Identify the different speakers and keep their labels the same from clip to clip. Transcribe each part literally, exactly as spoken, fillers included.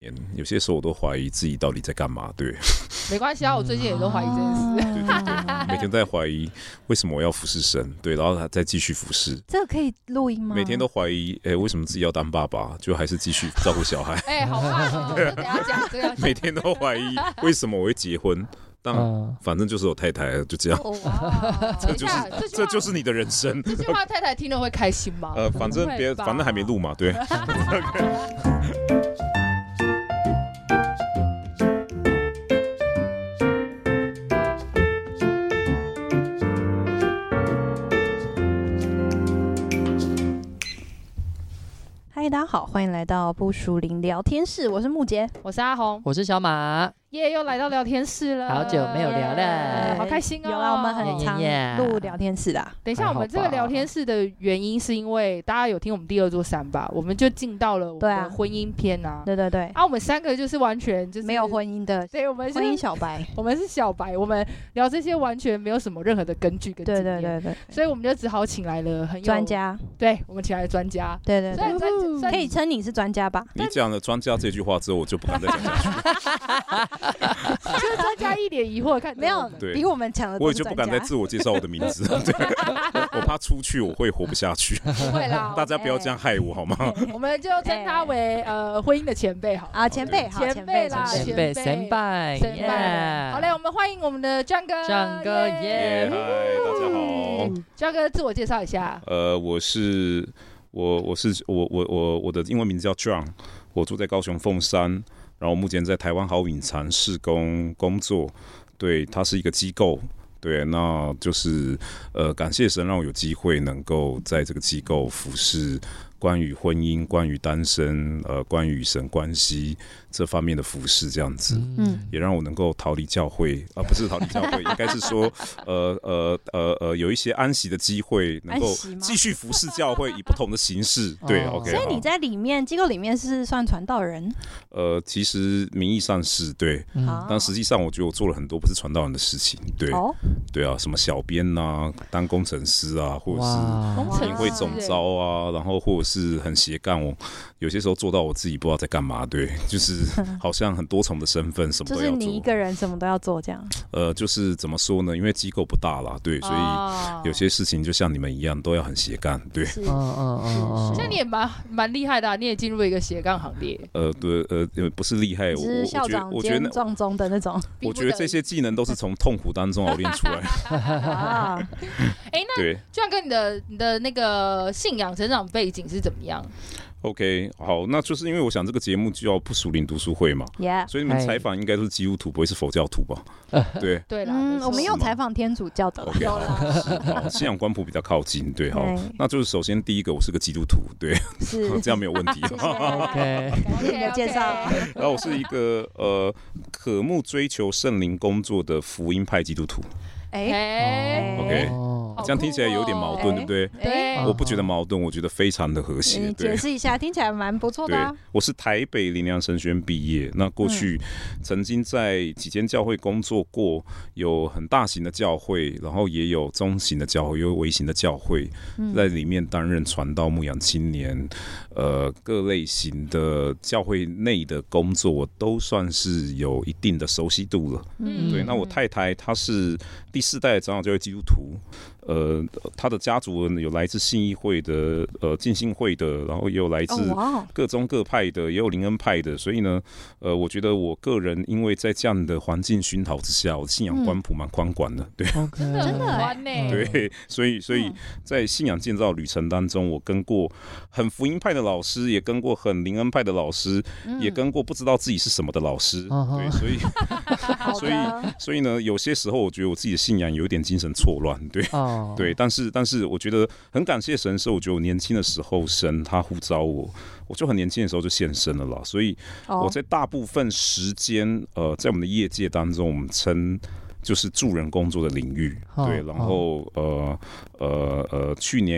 Speaker 1: 年，有些时候我都怀疑自己到底在干嘛。对，
Speaker 2: 没关系啊，我最近也都怀疑这件事。对
Speaker 1: 对对，每天都在怀疑为什么我要服侍神，对，然后再继续服侍。
Speaker 3: 这个可以录音吗？
Speaker 1: 每天都怀疑，哎、欸，为什么自己要当爸爸，就还是继续照顾小孩？
Speaker 2: 哎、欸，好棒哦！这个要讲，这个要讲。
Speaker 1: 每天都怀疑为什么我会结婚。但反正就是有太太，就这样。
Speaker 2: 哦、
Speaker 1: 这就是这就是你的人生。
Speaker 2: 这句话太太听了会开心吗？
Speaker 1: 呃，反正别，反正还没录嘛，对。
Speaker 3: 嗨，大家好，欢迎来到不属灵聊天室，我是木杰，
Speaker 2: 我是阿红，
Speaker 4: 我是小马。
Speaker 2: 耶、yeah, 又来到聊天室了，
Speaker 4: 好久没有聊了，
Speaker 2: yeah, 好开心哦！
Speaker 3: 有啦，我们很常录聊天室啦。
Speaker 2: 等一下，我们这个聊天室的原因是因为大家有听我们第二座山吧？我们就进到了我们的婚姻篇啊。
Speaker 3: 对对对。
Speaker 2: 啊，我们三个就是完全就是
Speaker 3: 没有婚姻的，
Speaker 2: 对，我们是
Speaker 3: 婚姻小白，
Speaker 2: 我们是小白，我们聊这些完全没有什么任何的根据跟经验。
Speaker 3: 对对对对。
Speaker 2: 所以我们就只好请来了很有
Speaker 3: 专家，
Speaker 2: 对，我们请来了专家。
Speaker 3: 对对对，可以称你是专家吧？
Speaker 1: 你讲了专家这句话之后，我就不敢再讲下去。
Speaker 2: 就是专家一脸疑惑看
Speaker 3: 没有比我们强的，
Speaker 1: 我也就不敢再自我介绍我的名字，我怕出去我会活不下去。
Speaker 2: 不会啦，
Speaker 1: 大家不要这样害我好吗？
Speaker 2: 我们就称他为呃婚姻的前辈好
Speaker 3: 啊，前辈，
Speaker 2: 前辈啦，
Speaker 4: 前辈，前辈，
Speaker 2: 前辈。好嘞，我们欢迎我们的张哥，
Speaker 4: 张哥耶，
Speaker 1: 嗨，大家好，
Speaker 2: 张哥自我介绍一下。
Speaker 1: 呃，我是我我是我我我我的英文名字叫 John， 我住在高雄凤山。然后目前在台湾好饮禅事工工作，对，它是一个机构，对，那就是呃，感谢神让我有机会能够在这个机构服侍关于婚姻、关于单身、呃，关于与神关系这方面的服侍，这样子，嗯，也让我能够逃离教会啊、呃，不是逃离教会，应该是说，呃呃呃呃，有一些安息的机会，能够继续服侍教会，以不同的形式，对 ，OK。
Speaker 3: 所以你在里面机构里面是算传道人？
Speaker 1: 呃，其实名义上是对，嗯、但实际上我觉得我做了很多不是传道人的事情，对，哦、对啊，什么小编啊，当工程师啊，或者是领会总召啊，然后或者是很斜杠，我有些时候做到我自己不知道在干嘛，对，就是好像很多重的身份，什么都要做。
Speaker 3: 就是你一个人什么都要做这样。
Speaker 1: 呃，就是怎么说呢？因为机构不大啦，对，所以有些事情就像你们一样，都要很斜杠，对。
Speaker 2: 是，嗯嗯嗯，像你也蛮蛮厉害的、啊，你也进入了一个斜杠行列。
Speaker 1: 呃，对，呃，不是厉害，我
Speaker 3: 是校长兼撞钟的那种。
Speaker 1: 我觉得这些技能都是从痛苦当中熬练出来的。
Speaker 2: 啊，哎，那就像跟你的你的那个信仰成长背景是怎么样？
Speaker 1: OK， 好，那就是因为我想这个节目就叫不属灵读书会嘛，
Speaker 3: yeah.
Speaker 1: 所以你们采访应该都是基督徒，不会是佛教徒吧？对，
Speaker 2: 对啦，
Speaker 3: 嗯，我们有采访天主教的，
Speaker 1: OK， 好，信仰光谱比较靠近，对，好，那就是首先第一个，我是个基督徒，对，这样没有问题。
Speaker 3: OK， 感谢你的介绍。
Speaker 1: 然后我是一个呃渴慕追求圣灵工作的福音派基督徒。
Speaker 2: 哎
Speaker 1: ，OK， 这样听起来有点矛盾，对不对？
Speaker 2: 对，
Speaker 1: 我不觉得矛盾，我觉得非常的和谐。
Speaker 3: 你解释一下，听起来蛮不错的啊。
Speaker 1: 我是台北灵粮神学院毕业，那过去曾经在几间教会工作过，有很大型的教会，然后也有中型的教会，也有微型的教会，在里面担任传道、牧养青年，呃，各类型的教会内的工作，我都算是有一定的熟悉度了。嗯，对。那我太太她是第四代的长老教会基督徒，呃，他的家族有来自信义会的，呃，浸信会的，然后也有来自各宗各派的，也有灵恩派的，所以呢，呃，我觉得我个人因为在这样的环境熏陶之下，我的信仰光谱蛮宽广的，对，
Speaker 2: 真的很宽呢，
Speaker 1: 对，所以所以在信仰建造旅程当中，我跟过很福音派的老师，也跟过很灵恩派的老师，也跟过不知道自己是什么的老师，对，所以所以所以呢，有些时候我觉得我自己的信仰有一点精神错乱，对。Oh. 对，但是但是我觉得很感谢神，是我觉得我年轻的时候，神他呼召我，我就很年轻的时候就献身了啦，所以我在大部分时间，呃，在我们的业界当中，我们称就是助人工作的领域， oh. 对，然后呃呃呃，去年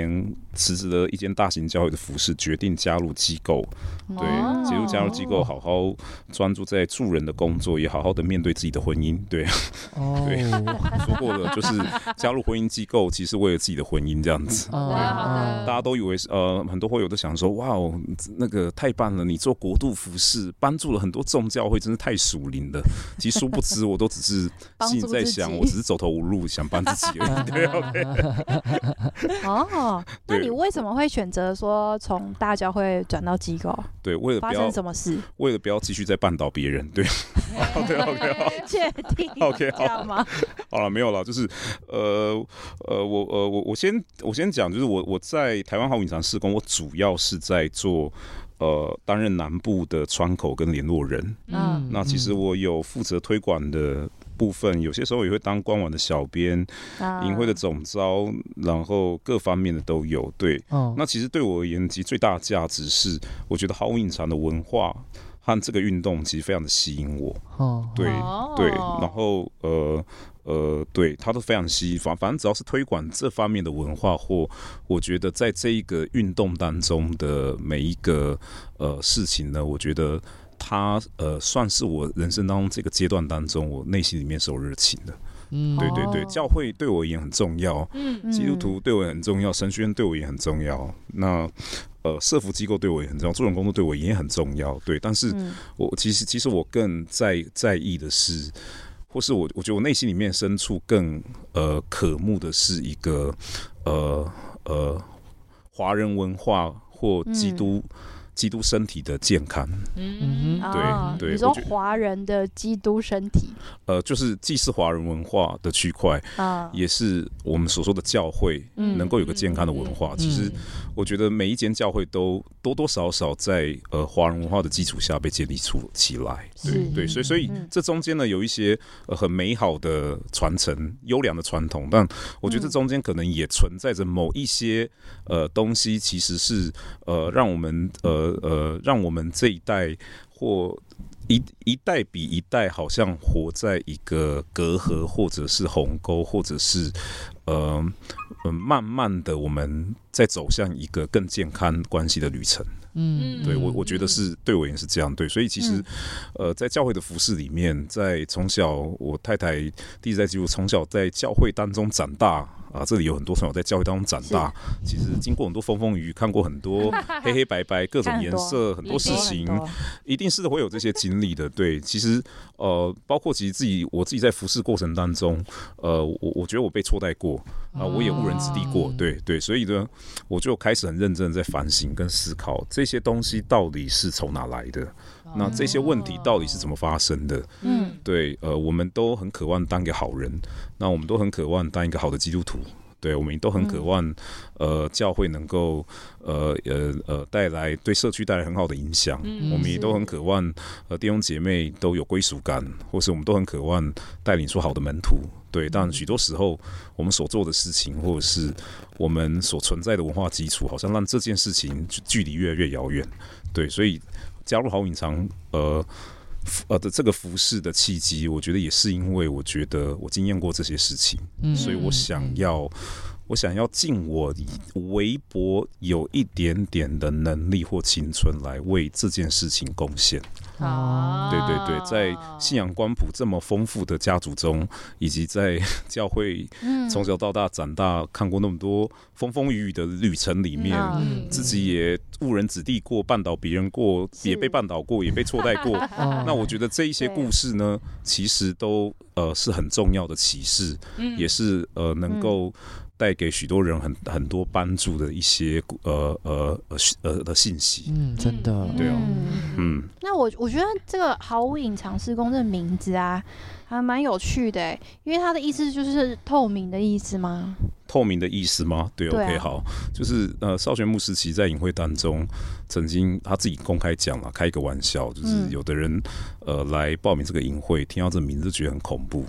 Speaker 1: 辞职了一间大型教会的服事，决定加入机构，对，结入加入机构，好好专注在助人的工作，也好好的面对自己的婚姻，对，
Speaker 4: 哦、
Speaker 1: 对，说过了，就是加入婚姻机构，其实为了自己的婚姻这样子，
Speaker 2: 哦、
Speaker 1: 对，大家都以为呃，很多会友都想说，哇哦，那个太棒了，你做国度服事，帮助了很多众教会，真是太属灵了。其实殊不知，我都只是心里在想，我只是走投无路，想帮自己而已。对 ，OK。
Speaker 3: 哦，那你为什么会选择说从大教会转到机构？
Speaker 1: 对，为了不要
Speaker 3: 发生什么事？
Speaker 1: 为了不要继续再绊倒别人，对。OK OK 好，
Speaker 3: 确定
Speaker 1: OK
Speaker 3: 这样吗？
Speaker 1: 好了，没有了，就是呃呃，我呃我我先我先讲，就是我我在台湾好隐藏事工，我主要是在做。呃，担任南部的窗口跟联络人，嗯，那其实我有负责推广的部分，有些时候也会当官网的小编，营会的总召，然后各方面的都有。对，哦、那其实对我而言，其实最大的价值是，我觉得好隐藏的文化和这个运动其实非常的吸引我。哦，对对，然后呃。呃，对，它都非常吸引，反反正只要是推广这方面的文化，或我觉得在这一个运动当中的每一个呃事情呢，我觉得它呃算是我人生当中这个阶段当中，我内心里面是有热情的。嗯，对对对，教会对我也很重要，嗯，基督徒对我也很重要，神学院对我也很重要。那呃，社福机构对我也很重要，助人工作对我也很重要。对，但是我其实其实我更在在意的是。或是我，我觉得我内心里面深处更呃渴慕的是一个呃呃华人文化或基督、嗯、基督身体的健康。嗯，对、哦、对，
Speaker 3: 你说华人的基督身体，
Speaker 1: 呃，就是既是华人文化的区块、哦，也是我们所说的教会能够有个健康的文化。嗯、其实我觉得每一间教会都多多少少在呃华人文化的基础下被建立出起来。对对，所以所以这中间呢有一些呃很美好的传承、优良的传统，但我觉得这中间可能也存在着某一些呃东西，其实是呃让我们呃呃让我们这一代或一一代比一代好像活在一个隔阂，或者是鸿沟，或者是呃呃慢慢的我们在走向一个更健康关系的旅程。嗯，对我我觉得是对我也是这样，对，所以其实、嗯、呃在教会的服事里面，在从小我太太第一次在基督从小在教会当中长大啊，这里有很多从小在教会当中长大，其实经过很多风风雨雨，看过很多黑黑白白各种颜色，很多事情，一定是会有这些经历的。对，其实呃包括其实自己我自己在服事过程当中，呃我我觉得我被错待过啊、呃，我也误人子弟过，对对，所以呢，我就开始很认真的在反省跟思考这些东西到底是从哪来的。那这些问题到底是怎么发生的？嗯，对，呃，我们都很渴望当一个好人，那我们都很渴望当一个好的基督徒，对，我们都很渴望，呃，教会能够，呃呃呃，带来对社区带来很好的影响。嗯、我们也都很渴望，呃，弟兄姐妹都有归属感，或是我们都很渴望带领出好的门徒。对，但许多时候我们所做的事情，或者是我们所存在的文化基础，好像让这件事情距离越来越遥远。对，所以加入好隐藏，呃。呃的这个服事的契机，我觉得也是因为我觉得我经验过这些事情，嗯、所以我想要，我想要尽我微薄有一点点的能力或青春来为这件事情贡献。哦，对对对，在信仰光谱这么丰富的家族中，以及在教会从小到大长大，看过那么多风风雨雨的旅程里面，嗯、自己也误人子弟过，绊倒别人过，也被绊倒过，也被错待过。那我觉得这一些故事呢，其实都呃是很重要的启示，嗯、也是呃能够带给许多人很很多帮助的一些呃呃呃的信息。
Speaker 4: 嗯，真的，
Speaker 1: 对啊，嗯。
Speaker 3: 那我我觉得这个毫无隐藏事工这个名字啊，还蛮有趣的，因为它的意思就是透明的意思吗？
Speaker 1: 透明的意思吗？对 ，OK， 好，就是呃，少玄牧师其实在营会当中，曾经他自己公开讲了，开一个玩笑，就是有的人、嗯、呃来报名这个营会，听到这名字就觉得很恐怖。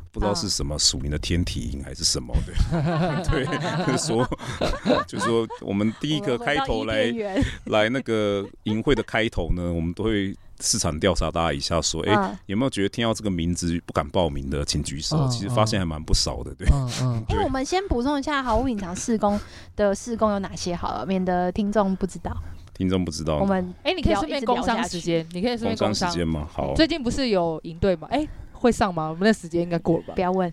Speaker 1: 不知道是什么属灵的天体营还是什么的，对，就是说，就是说，我们第一个开头来来那个营会的开头呢，我们都会市场调查大家一下，说，哎、欸，有没有觉得听到这个名字不敢报名的，请举手。嗯、其实发现还蛮不少的，对。
Speaker 3: 嗯嗯。哎、欸，我们先补充一下好物隐藏事工的事工有哪些好了，免得听众不知道。
Speaker 1: 听众不知道。
Speaker 3: 我们
Speaker 2: 哎、欸，你可以顺便工商时间，你可以顺便工商
Speaker 1: 时间吗？好。
Speaker 2: 最近不是有营队吗？哎、欸。会上吗？我们那时间应该过了吧？
Speaker 3: 不要问。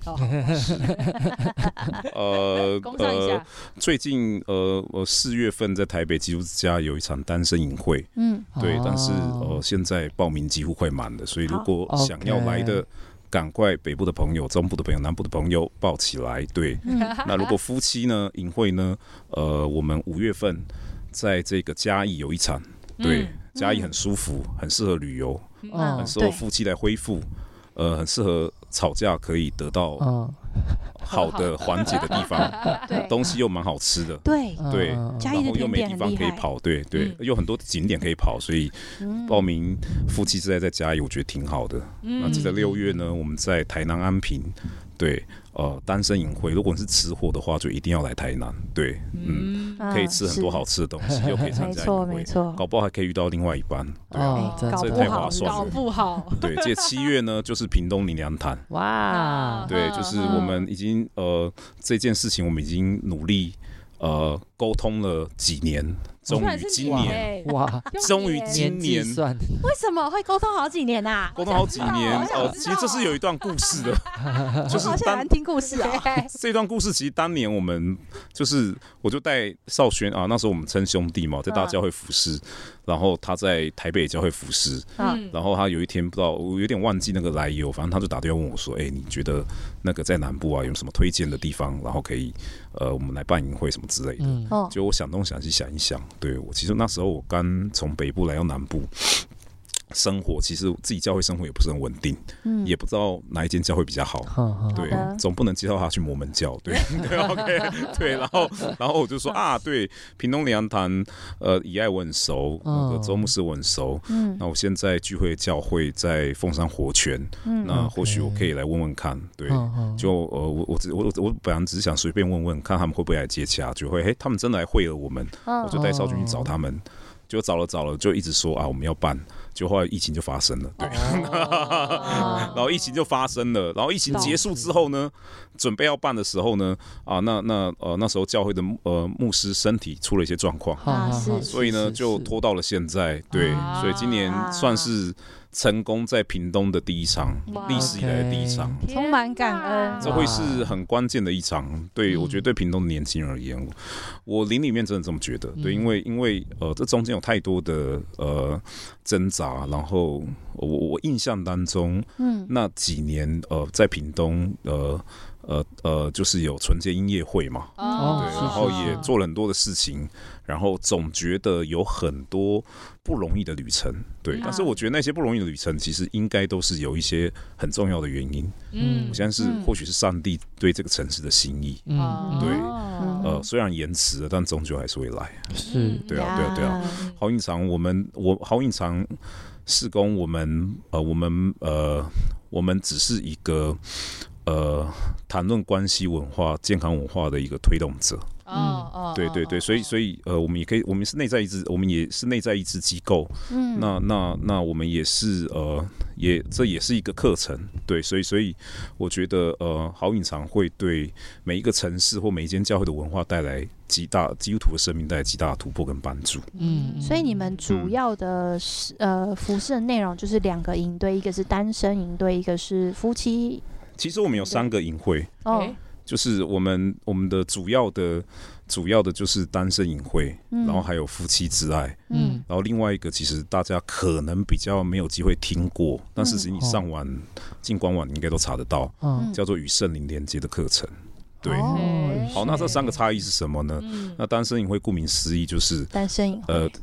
Speaker 1: 呃，
Speaker 2: 工商一下。
Speaker 1: 呃、最近呃，我四月份在台北基督之家有一场单身营会，嗯，对，但是呃，现在报名几乎快满了，所以如果想要来的，赶快北部的朋友、中部的朋友、南部的朋友报起来。对，嗯、那如果夫妻呢，营会呢，呃，我们五月份在这个嘉义有一场，对，嗯、嘉义很舒服，很适合旅游，嗯、很适合夫妻来恢复。呃，很适合吵架可以得到好的缓解的地方，
Speaker 3: 对，
Speaker 1: 东西又蛮好吃的，
Speaker 3: 对
Speaker 1: 对，然后又没地方可以跑，对对，嗯、有很多景点可以跑，所以报名夫妻之爱在嘉义，我觉得挺好的。嗯、那记得六月呢，我们在台南安平，对，呃，单身营会，如果你是吃货的话，就一定要来台南，对，嗯，嗯可以吃很多好吃的东西，又可以参加营会，没错，搞不好还可以遇到另外一半，对啊，
Speaker 3: 哦、
Speaker 1: 这太划算了，
Speaker 2: 搞不好，
Speaker 1: 对，这七月呢就是屏东林良潭，
Speaker 4: 哇，
Speaker 1: 对，就是我们已经呃这件事情我们已经努力呃沟通了几年。终于今年
Speaker 4: 哇！
Speaker 1: 终于今年，
Speaker 3: 为什么会沟通好几年啊？
Speaker 1: 沟通好几年哦，其实这是有一段故事的，就是
Speaker 3: 好喜欢听故事啊。
Speaker 1: 这段故事其实当年我们就是，我就带少轩啊，那时候我们称兄弟嘛，在大教会服侍，然后他在台北教会服侍，嗯，然后他有一天不知道，我有点忘记那个来由，反正他就打电话问我说：“哎，你觉得那个在南部啊有什么推荐的地方，然后可以呃我们来办营会什么之类的？”嗯，就我想东想西想一想。对，我其实那时候我刚从北部来到南部生活，其实自己教会生活也不是很稳定，嗯，也不知道哪一间教会比较好，嗯、对，总不能介绍他去摩门教，对对 ，OK， 对，然后然后我就说啊，对，屏东林良潭，呃，以爱我很熟，那个周牧师我很熟，嗯，那我现在聚会教会在凤山活泉，嗯，那或许我可以来问问看，对，嗯、就呃我我我我我本来只是想随便问问看他们会不会来接洽，就会嘿他们真的来会了我们，嗯、我就带少君去找他们。就找了找了，就一直说啊，我们要办，就后来疫情就发生了，对，哦、然后疫情就发生了，然后疫情结束之后呢，准备要办的时候呢，啊，那那呃那时候教会的呃牧师身体出了一些状况，啊、所以呢就拖到了现在，对，啊、所以今年算是成功在屏东的第一场，历史以来的第一场，
Speaker 3: 充满感恩，
Speaker 1: 这会是很关键的一场。对，我觉得对屏东的年轻人而言，我灵里面真的这么觉得。对，因为因为呃，这中间有太多的呃挣扎，然后我我印象当中，嗯，那几年呃在屏东呃。呃呃，就是有纯洁音乐会嘛，哦、对，然后也做了很多的事情，然后总觉得有很多不容易的旅程，对，嗯、但是我觉得那些不容易的旅程，其实应该都是有一些很重要的原因。嗯，我相信是或许是上帝对这个城市的心意。嗯，对，呃，虽然延迟了，但终究还是会来。
Speaker 4: 是，
Speaker 1: 对啊，对啊，对啊。好隐藏，我们我好隐藏事工，我们呃，我们呃，我们只是一个。呃，谈论关系文化、健康文化的一个推动者。嗯，嗯对对对，所以所以呃，我们也可以，我们是内在一支，我们也是内在一支机构。嗯，那那那我们也是呃，也这也是一个课程。对，所以所以我觉得呃，好隐藏会对每一个城市或每一间教会的文化带来极大基督徒的生命带来极大的突破跟帮助。
Speaker 3: 嗯，所以你们主要的、嗯、呃服事的内容就是两个营队，一个是单身营队，一个是夫妻。
Speaker 1: 其实我们有三个营会，哦，就是我们我们的主要的主要的就是单身营会，嗯、然后还有夫妻之爱，嗯，然后另外一个其实大家可能比较没有机会听过，嗯、但是你上网进官网你应该都查得到，嗯、叫做与圣灵连接的课程。对，哦、好，那这三个差异是什么呢？嗯、那单身营会顾名思义就是
Speaker 3: 单身营会，呃，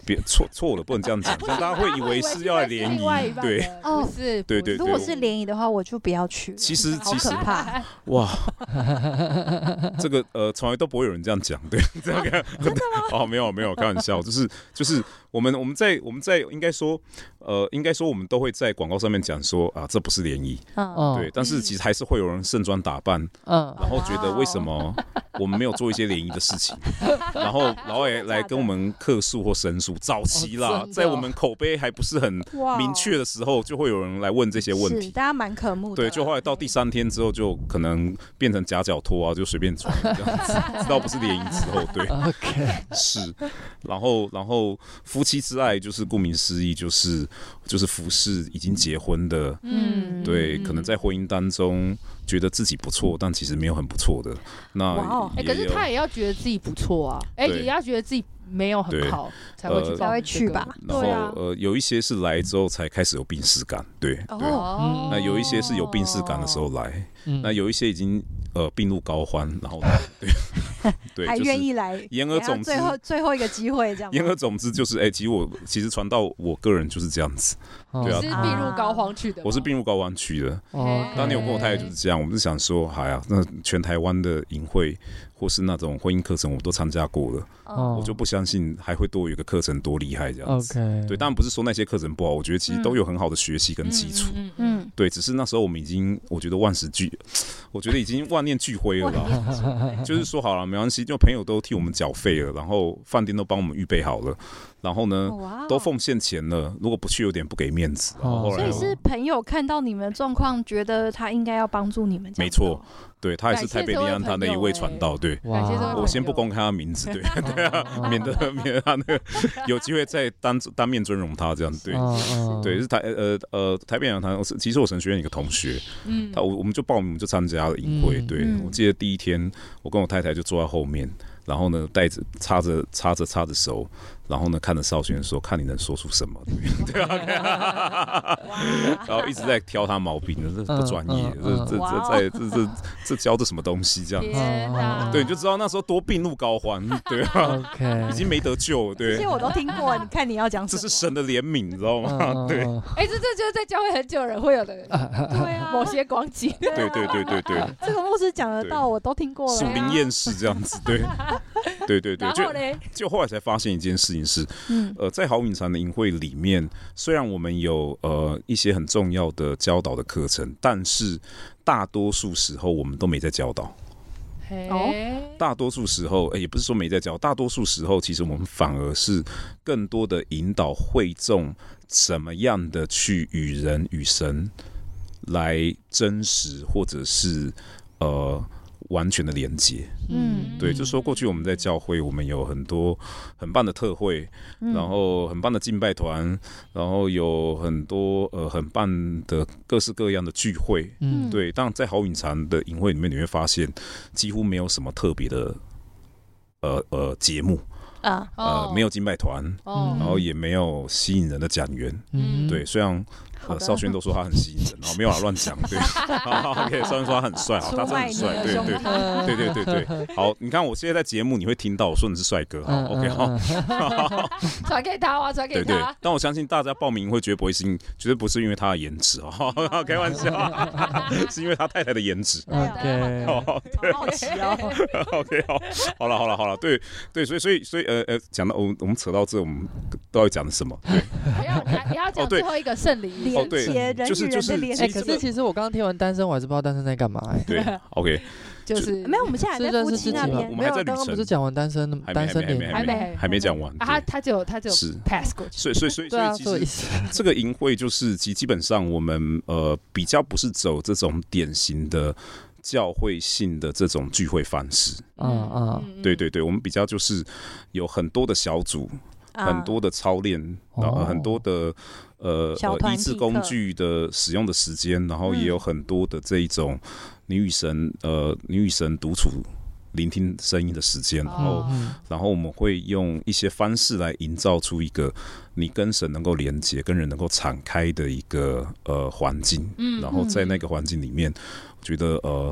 Speaker 1: 别错错了，不能这样讲，这样大家会以为是要来联谊，对，
Speaker 2: 不是，
Speaker 1: 对对对。
Speaker 3: 如果是联谊的话，我就不要去了。
Speaker 1: 其实其实
Speaker 3: 好可怕，
Speaker 1: 哇，这个呃，从来都不会有人这样讲，对，这样真的吗？哦，没有没有，开玩笑，就是就是我们我们在我们在应该说呃，应该说我们都会在广告上面讲说啊，这不是联谊，嗯，对，但是其实还是会有人盛装打扮，嗯，然后觉得为什么我们没有做一些联谊的事情，然后然后也来跟我们客诉或申诉。早期啦，哦、在我们口碑还不是很明确的时候，就会有人来问这些问题，
Speaker 3: 大家蛮渴慕的。
Speaker 1: 对，就后来到第三天之后，就可能变成夹脚拖啊，就随便穿这样子，直到不是联谊之后，对
Speaker 4: ，OK，
Speaker 1: 是，然后然后夫妻之爱就是顾名思义，就是就是服侍已经结婚的，嗯，对，可能在婚姻当中觉得自己不错，但其实没有很不错的，那
Speaker 2: 哎、欸，可是他也要觉得自己不错啊，哎、欸，也要觉得自己没有很好才会去、呃、
Speaker 3: 才会去吧。
Speaker 1: 然后、啊、呃，有一些是来之后才开始有病识感，对对、哦。那有一些是有病识感的时候来，嗯、那有一些已经呃病入膏肓，然后对对，
Speaker 3: 还愿意来。
Speaker 1: 言而总之，
Speaker 3: 最后最后一个机会这样。
Speaker 1: 言而总之就是，哎、欸，其实我其实传到我个人就是这样子，对啊。
Speaker 2: 你是病入膏肓去的？
Speaker 1: 我是病入膏肓去的。哦。当年我跟我太太就是这样，我们是想说，哎呀，那全台湾的营会或是那种婚姻课程，我都参加过了。哦，我就不相信还会多有一个课程多厉害这样子。
Speaker 4: Okay.
Speaker 1: 对，当然不是说那些课程不好，我觉得其实都有很好的学习跟基础。嗯, 嗯, 嗯对，只是那时候我们已经，我觉得万事俱，我觉得已经万念俱灰了啦。就是说好了，没关系，就朋友都替我们缴费了，然后饭店都帮我们预备好了，然后呢，哦、都奉献钱了，如果不去有点不给面子。哦、后
Speaker 3: 所以是朋友看到你们的状况，觉得他应该要帮助你们。
Speaker 1: 没错。对，他也是台北利安他的一位传道，对，我先不公开他名字，对对啊，免得免得他那个有机会再当当面尊荣他这样，对对，是台呃呃台北利安堂，其实我神学院一个同学，嗯，他我我们就报名，我们就参加了营会，对我记得第一天，我跟我太太就坐在后面，然后呢带着插着插着插着手，然后呢看着少轩说，看你能说出什么，对啊，然后一直在挑他毛病，这不专业，这这这在这这这教的什么东西这样子，对，你就知道那时候多病入膏肓，对啊，
Speaker 4: okay.
Speaker 1: 已经没得救，对，
Speaker 3: 这些我都听过，你看你要讲什么？
Speaker 1: 这是神的怜悯，你知道吗？对，
Speaker 2: 哎，这这就是在教会很久的人会有的，对啊，某些光景，
Speaker 1: 对对对对对，
Speaker 3: 这个牧师讲得到，我都听过了，
Speaker 1: 属灵验视这样子，对，对对对，就就后来才发现一件事情是，嗯，呃，在好隐禅的营会里面，虽然我们有呃一些很重要的教导的课程，但是大多数时候我们都没在教导。哦，大多数时候，欸，也不是说没在教，大多数时候，其实我们反而是更多的引导会众怎么样的去与人与神来真实或者是呃完全的连接。嗯，对，就说过去我们在教会，我们有很多很棒的特会，嗯、然后很棒的敬拜团，然后有很多呃很棒的各式各样的聚会。嗯，对，当然在好隐禅的营会里面，你会发现几乎没有什么特别的呃呃节目。啊，呃，没有敬拜团，哦，然后也没有吸引人的讲员，嗯，对，虽然呃少轩都说他很吸引人，然后没有乱讲，对，好 ，OK， 少轩说他很帅，好，他真的很帅，对对对对对对，好，你看我现在在节目你会听到我说你是帅哥，好 ，OK， 好，
Speaker 2: 传给他啊，传给他，对对，
Speaker 1: 但我相信大家报名会绝对不会是，绝对不是因为他的颜值哦，开玩笑，是因为他太太的颜值
Speaker 4: ，OK，
Speaker 1: 好，
Speaker 3: 好奇哦
Speaker 1: ，OK， 好，好了好了好了，对对，所以所以所以呃呃，讲到我们我们扯到这，我们到底讲的什么？对，
Speaker 2: 不要不要讲最后一个圣灵
Speaker 3: 连接人与人的连接。
Speaker 4: 可是其实我刚刚听完单身，我还是不知道单身在干嘛。
Speaker 1: 对 ，OK。
Speaker 3: 就是没有，我们现在还在夫妻那边，
Speaker 1: 我们还在旅程。
Speaker 4: 刚刚不是讲完单身单身恋，
Speaker 2: 还没
Speaker 1: 还没讲完。
Speaker 2: 他他只有他只有 pass 过去。
Speaker 1: 所以所以所以所以其实这个营会就是基基本上我们呃比较不是走这种典型的教会性的这种聚会方式。嗯嗯，对对对，我们比较就是有很多的小组。很多的操练，呃，很多的呃呃医治工具的使用的时间，然后也有很多的这一种你与神呃你与神独处聆听声音的时间，然后然后我们会用一些方式来营造出一个你跟神能够连接、跟人能够敞开的一个呃环境，然后在那个环境里面，我觉得呃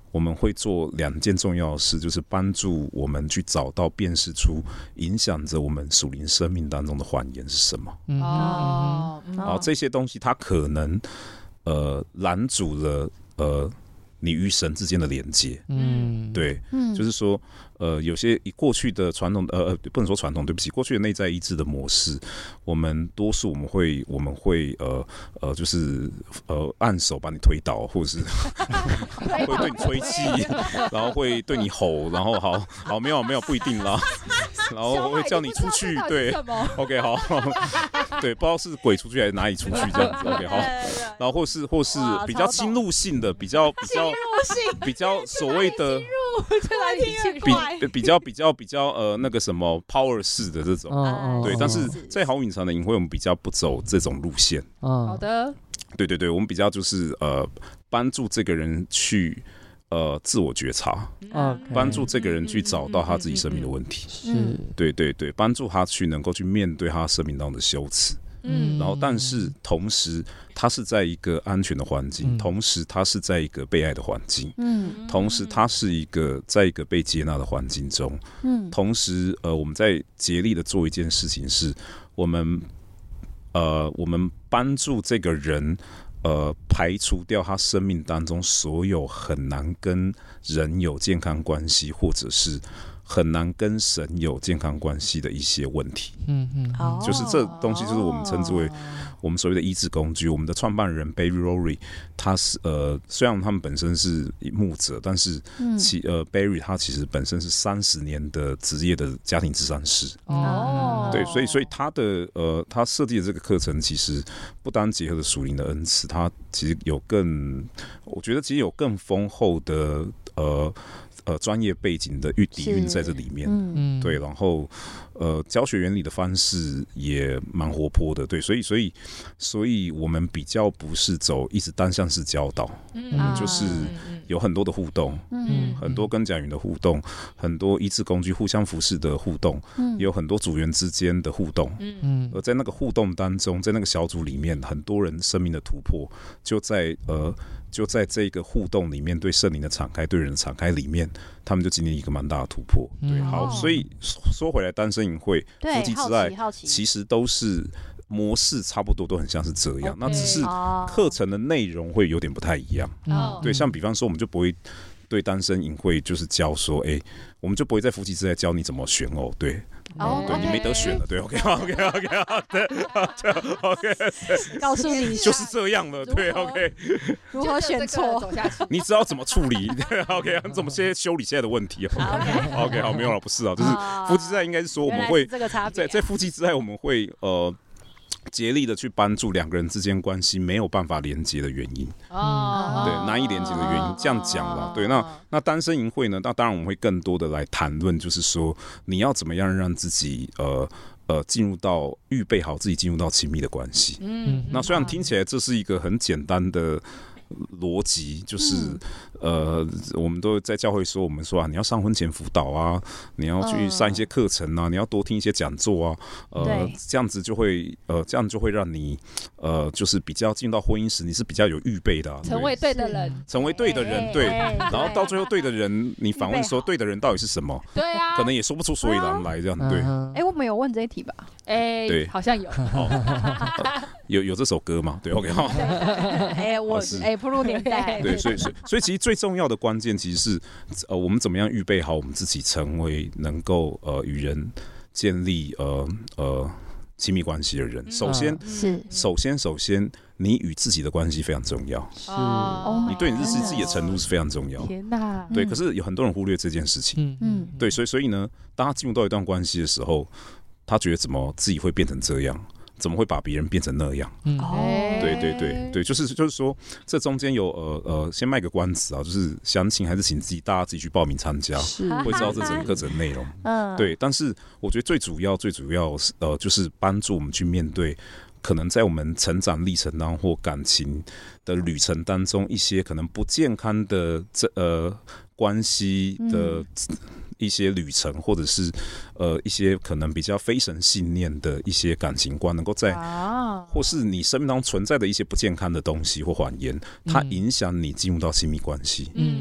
Speaker 1: 我们会做两件重要的事，就是帮助我们去找到辨识出影响着我们属灵生命当中的谎言是什么。
Speaker 2: 嗯哦，
Speaker 1: 然后这些东西它可能呃拦阻了呃你与神之间的连接。嗯，对，嗯，就是说呃有些过去的传统呃不能说传统，对不起，过去的内在医治的模式，我们多数我们会我们会呃呃就是呃按手把你推倒，或者是会对你吹气，然后会对你吼，然后好好没有没有不一定啦，然后会叫你出去，对 ，OK 好，对，不知道是鬼出去还是哪里出去这样子 ，OK 好，然后或是或是比较侵入性的，比较比较比较所谓的比比较比较比较呃那个什么 power 式的这种，对，但是在好隐藏的营会，我们比较不走这种路线。
Speaker 2: 好的，
Speaker 1: 对对对，我们比较就是呃帮助这个人去。呃，自我觉察，帮助这个人去找到他自己生命的问题，
Speaker 4: 是，
Speaker 1: 对对对，帮助他去能够去面对他生命当中的羞耻，嗯，然后但是同时他是在一个安全的环境，嗯、同时他是在一个被爱的环境，嗯，同时他是一个在一个被接纳的环境中，嗯，同时呃，我们在竭力的做一件事情是，我们呃，我们帮助这个人。呃，排除掉他生命当中所有很难跟人有健康关系，或者是很难跟神有健康关系的一些问题。嗯嗯，就是这东西，就是我们称之为我们所谓的医治工具。我们的创办人 Barry Rory， 他是呃，虽然他们本身是牧者，但是其呃 Barry 他其实本身是三十年的职业的家庭咨商师。哦，对，所以所以他的呃，他设计的这个课程，其实不单结合了属灵的恩赐，他其实有更，我觉得其实有更丰厚的呃。呃，专业背景的底蕴在这里面，嗯，对，然后呃，教学原理的方式也蛮活泼的，对，所以所以所以我们比较不是走一直单向式教导，嗯，就是有很多的互动，嗯，很多跟讲员的互动，很多医治工具互相服侍的互动，嗯，也有很多组员之间的互动，嗯，而在那个互动当中，在那个小组里面，很多人生命的突破就在呃。就在这个互动里面，对圣灵的敞开，对人的敞开里面，他们就经历一个蛮大的突破。对，嗯、好，所以说回来，单身营会、夫妻之爱，其实都是模式差不多，都很像是这样。Okay, 那只是课程的内容会有点不太一样。嗯、对，像比方说，我们就不会对单身营会就是教说，哎、欸，我们就不会在夫妻之爱教你怎么选偶，对。哦，对， okay. 你没得选了，对 ，OK，OK，OK， 对，对 ，OK，
Speaker 3: 告诉你
Speaker 1: 就是这样了，对 ，OK，
Speaker 3: 如何选错，
Speaker 1: 你知道怎么处理，对 ，OK， 你怎么先修理现在的问题 ，OK，OK， okay, 好，没有了，不是啊，就是夫妻之爱应该是说我们会在在夫妻之爱我们会呃。竭力的去帮助两个人之间关系没有办法连接的原因，哦，对，难以连接的原因，这样讲啦，对，那那单身营会呢？那当然我们会更多的来谈论，就是说你要怎么样让自己呃呃进入到预备好自己进入到亲密的关系。嗯，那虽然听起来这是一个很简单的逻辑，就是、嗯、呃，我们都在教会说，我们说啊，你要上婚前辅导啊，你要去上一些课程啊，呃、你要多听一些讲座啊，呃，这样子就会呃，这样就会让你呃，就是比较进到婚姻时，你是比较有预备的、啊，
Speaker 2: 成为对的人，
Speaker 1: 成为对的人，对，然后到最后对的人，你反问说对的人到底是什么？
Speaker 2: 对啊，
Speaker 1: 可能也说不出所以然来，这样对。
Speaker 3: 哎、欸，我们有问这一题吧？
Speaker 2: 哎、欸，对，好像有，
Speaker 1: 哦、有有这首歌嘛？对 ，OK， 好。
Speaker 3: 哎、欸，我哎。欸步入年代，
Speaker 1: 对，所以所以所以其实最重要的关键其实是，呃，我们怎么样预备好我们自己，成为能够呃与人建立呃呃亲密关系的人。首先是首先首先，你与自己的关系非常重要，是，你对你自己自己的程度是非常重要。
Speaker 2: 天哪，
Speaker 1: 对，可是有很多人忽略这件事情，嗯，对，所以所以呢，当他进入到一段关系的时候，他觉得怎么自己会变成这样。怎么会把别人变成那样？嗯，对对对对，就是就是说，这中间有呃呃，先卖个关子啊，就是详情还是请自己大家自己去报名参加，会知道这整个课程内容。嗯，对。但是我觉得最主要最主要呃，就是帮助我们去面对可能在我们成长历程当中或感情的旅程当中一些可能不健康的这呃关系的。嗯一些旅程，或者是呃一些可能比较非神信念的一些感情观，能够在，啊、或是你生命当中存在的一些不健康的东西或谎言，它影响你进入到亲密关系。嗯嗯，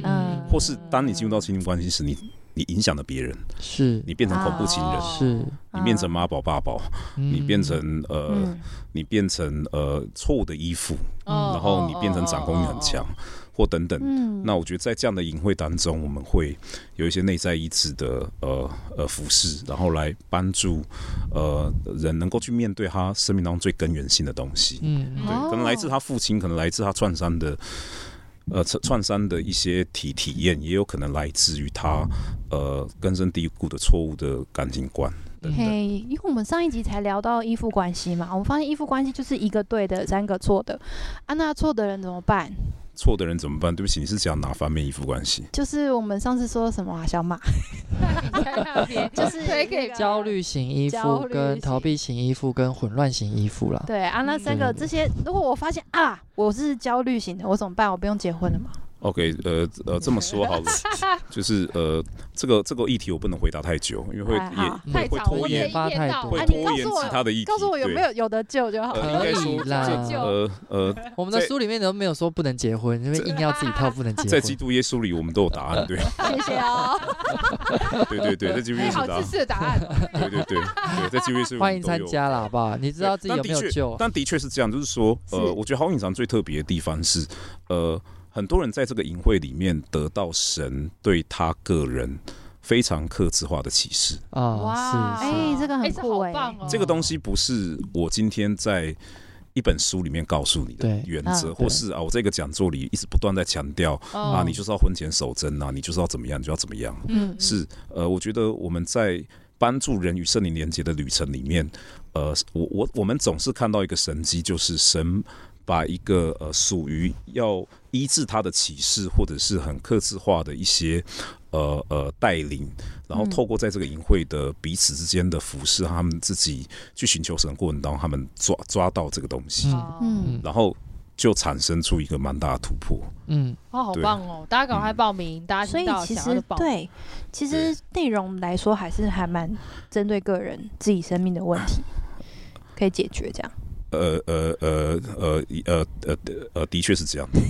Speaker 1: 或是当你进入到亲密关系时，你你影响了别人，
Speaker 4: 是
Speaker 1: 你变成恐怖情人，
Speaker 4: 是
Speaker 1: 你变成妈宝爸宝，
Speaker 4: 嗯
Speaker 1: 你变成呃，
Speaker 3: 嗯
Speaker 1: 你变成呃错误的依附，
Speaker 2: 嗯
Speaker 1: 然后你变成掌控欲很强。或等等，
Speaker 3: 嗯、
Speaker 1: 那我觉得在这样的营会当中，我们会有一些内在医治的呃呃服事，然后来帮助呃人能够去面对他生命当中最根源性的东西。
Speaker 4: 嗯，
Speaker 1: 对，可能来自他父亲，可能来自他创伤的呃创伤的一些体体验，也有可能来自于他呃根深蒂固的错误的感情观。
Speaker 3: 嘿， hey, 因为我们上一集才聊到依附关系嘛，我们发现依附关系就是一个对的，三个错的，啊，那错的人怎么办？
Speaker 1: 错的人怎么办？对不起，你是讲哪方面依附关系？
Speaker 3: 就是我们上次说什么啊，小马，就是
Speaker 2: 推给
Speaker 4: 焦虑型依附、跟逃避型依附、跟混乱型依附啦。
Speaker 3: 对啊，那三个这些，如果我发现啊，我是焦虑型的，我怎么办？我不用结婚了吗？
Speaker 1: OK， 呃呃，这么说好了，就是呃，这个这个议题我不能回答太久，因为会也
Speaker 2: 太
Speaker 1: 会拖延，
Speaker 4: 发太多，
Speaker 1: 会拖延其他的议题。
Speaker 3: 告诉我有没有有得救就好。
Speaker 4: 可以啦，
Speaker 1: 呃呃，
Speaker 4: 我们的书里面都没有说不能结婚，因为硬要自己套不能结婚。
Speaker 1: 在基督耶稣里，我们都有答案，对。
Speaker 3: 谢谢哦。
Speaker 1: 对对对，在基督耶稣
Speaker 2: 好知识的答案。
Speaker 1: 对对对对，在基督耶稣里
Speaker 4: 欢迎参加啦，好不好？你知道自己有没有救？
Speaker 1: 但的确是这样，就是说，呃，我觉得好隐藏最特别的地方是，呃。很多人在这个营会里面得到神对他个人非常客制化的启示
Speaker 4: 啊！哇，
Speaker 3: 哎、欸，这个很酷哎、
Speaker 2: 欸，
Speaker 1: 这个东西不是我今天在一本书里面告诉你的原则，或是啊，我这个讲座里一直不断在强调啊，你就是要婚前守贞啊，你就是要怎么样，你就要怎么样。嗯，是呃，我觉得我们在帮助人与圣灵连结的旅程里面，呃，我我我们总是看到一个神迹，就是神把一个呃属于要医治他的启示，或者是很客制化的一些呃呃带领，然后透过在这个营会的彼此之间的服侍，他们自己去寻求神的过程当中，他们抓抓到这个东西，嗯，然后就产生出一个蛮大的突破。
Speaker 2: 嗯，哦，好棒哦！大家赶快报名，嗯、大家听到想要的报名。
Speaker 3: 对，其实内容来说还是还蛮针对个人自己生命的问题，可以解决这样。
Speaker 1: 呃呃呃呃呃呃呃，的确是这样的。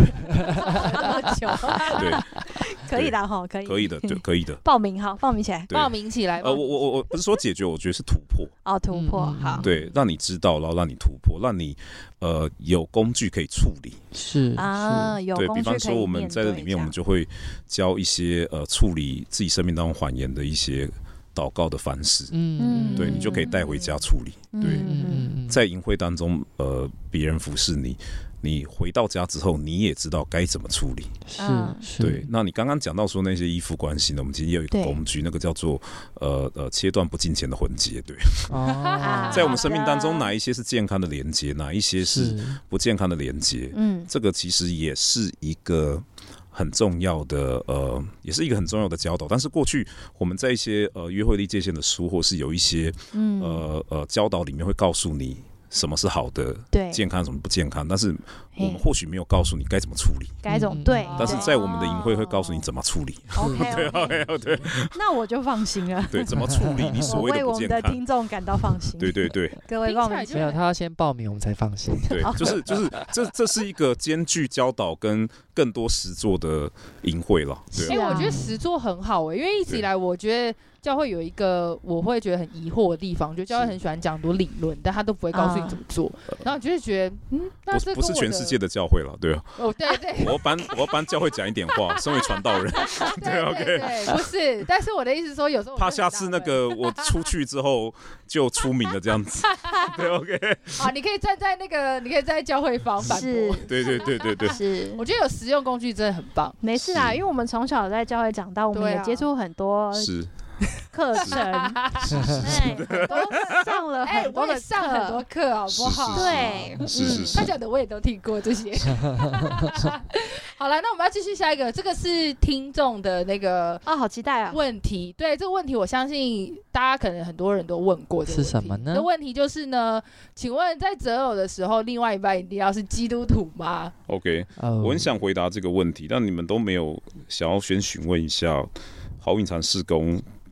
Speaker 1: 对，
Speaker 3: 可以的哈，可以，
Speaker 1: 可以的，就可以的。
Speaker 3: 报名好，报名起来，
Speaker 2: 报名起来。
Speaker 1: 呃，我我我不是说解决，我觉得是突破。
Speaker 3: 哦，突破，好。
Speaker 1: 对，让你知道，然后让你突破，让你呃有工具可以处理。
Speaker 4: 是
Speaker 3: 啊，有
Speaker 1: 对比方说，我们在这里面，我们就会教一些呃处理自己生命当中谎言的一些祷告的方式，嗯，对你就可以带回家处理。对，嗯、在营会当中，呃，别人服侍你，你回到家之后，你也知道该怎么处理。
Speaker 4: 是，是
Speaker 1: 对。那你刚刚讲到说那些依附关系呢，我们其实也有一个工具，那个叫做呃呃切断不敬虔的婚结。对，哦、在我们生命当中，哪一些是健康的连接，哪一些是不健康的连接？嗯，这个其实也是一个很重要的呃，也是一个很重要的教导。但是过去我们在一些呃约会立界限的书，或是有一些、嗯、呃呃教导里面会告诉你什么是好的健康，什么不健康，但是我们或许没有告诉你该怎么处理，
Speaker 3: 该怎么对。
Speaker 1: 但是在我们的营会会告诉你怎么处理。
Speaker 3: OK，
Speaker 1: 对 OK 对。
Speaker 3: 那我就放心了。
Speaker 1: 对，怎么处理你所谓的不健康，
Speaker 3: 我为我们的听众感到放心。
Speaker 1: 对对对，
Speaker 3: 各位报名
Speaker 4: 没有，他要先报名我们才放心。
Speaker 1: 对，就是就是这这是一个兼具教导跟更多实作的营会了。对，
Speaker 2: 哎、欸，我觉得实作很好哎、欸，因为一直以来我觉得教会有一个我会觉得很疑惑的地方，就教会很喜欢讲很多理论，但他都不会告诉你怎么做，然后你就会觉得，嗯，那
Speaker 1: 不是全世界的教会了，对啊。
Speaker 2: 哦，对对，
Speaker 1: 我要帮我要帮教会讲一点话，身为传道人，
Speaker 2: 对 ，OK， 对，不是，但是我的意思说，有时候
Speaker 1: 怕下次那个我出去之后就出名了这样子，对 ，OK。
Speaker 2: 好，你可以站在那个，你可以在教会方反驳，
Speaker 1: 对对对对对，
Speaker 3: 是，
Speaker 2: 我觉得有实用工具真的很棒。
Speaker 3: 没事啦，因为我们从小在教会长大，我们也接触很多
Speaker 1: 是。
Speaker 3: 课程，对，都上了很多的课，
Speaker 2: 上很多课，好不好？
Speaker 3: 对，
Speaker 1: 是是是，
Speaker 2: 他讲的我也都听过这些。好了，那我们要继续下一个，这个是听众的那个
Speaker 3: 啊，好期待啊！
Speaker 2: 问题，对这个问题，我相信大家可能很多人都问过这个问题。
Speaker 4: 是什么呢？
Speaker 2: 那问题就是呢，请问在择偶的时候，另外一半一定要是基督徒吗
Speaker 1: ？OK，、oh. 我很想回答这个问题，但你们都没有想要先询问一下好隐藏事工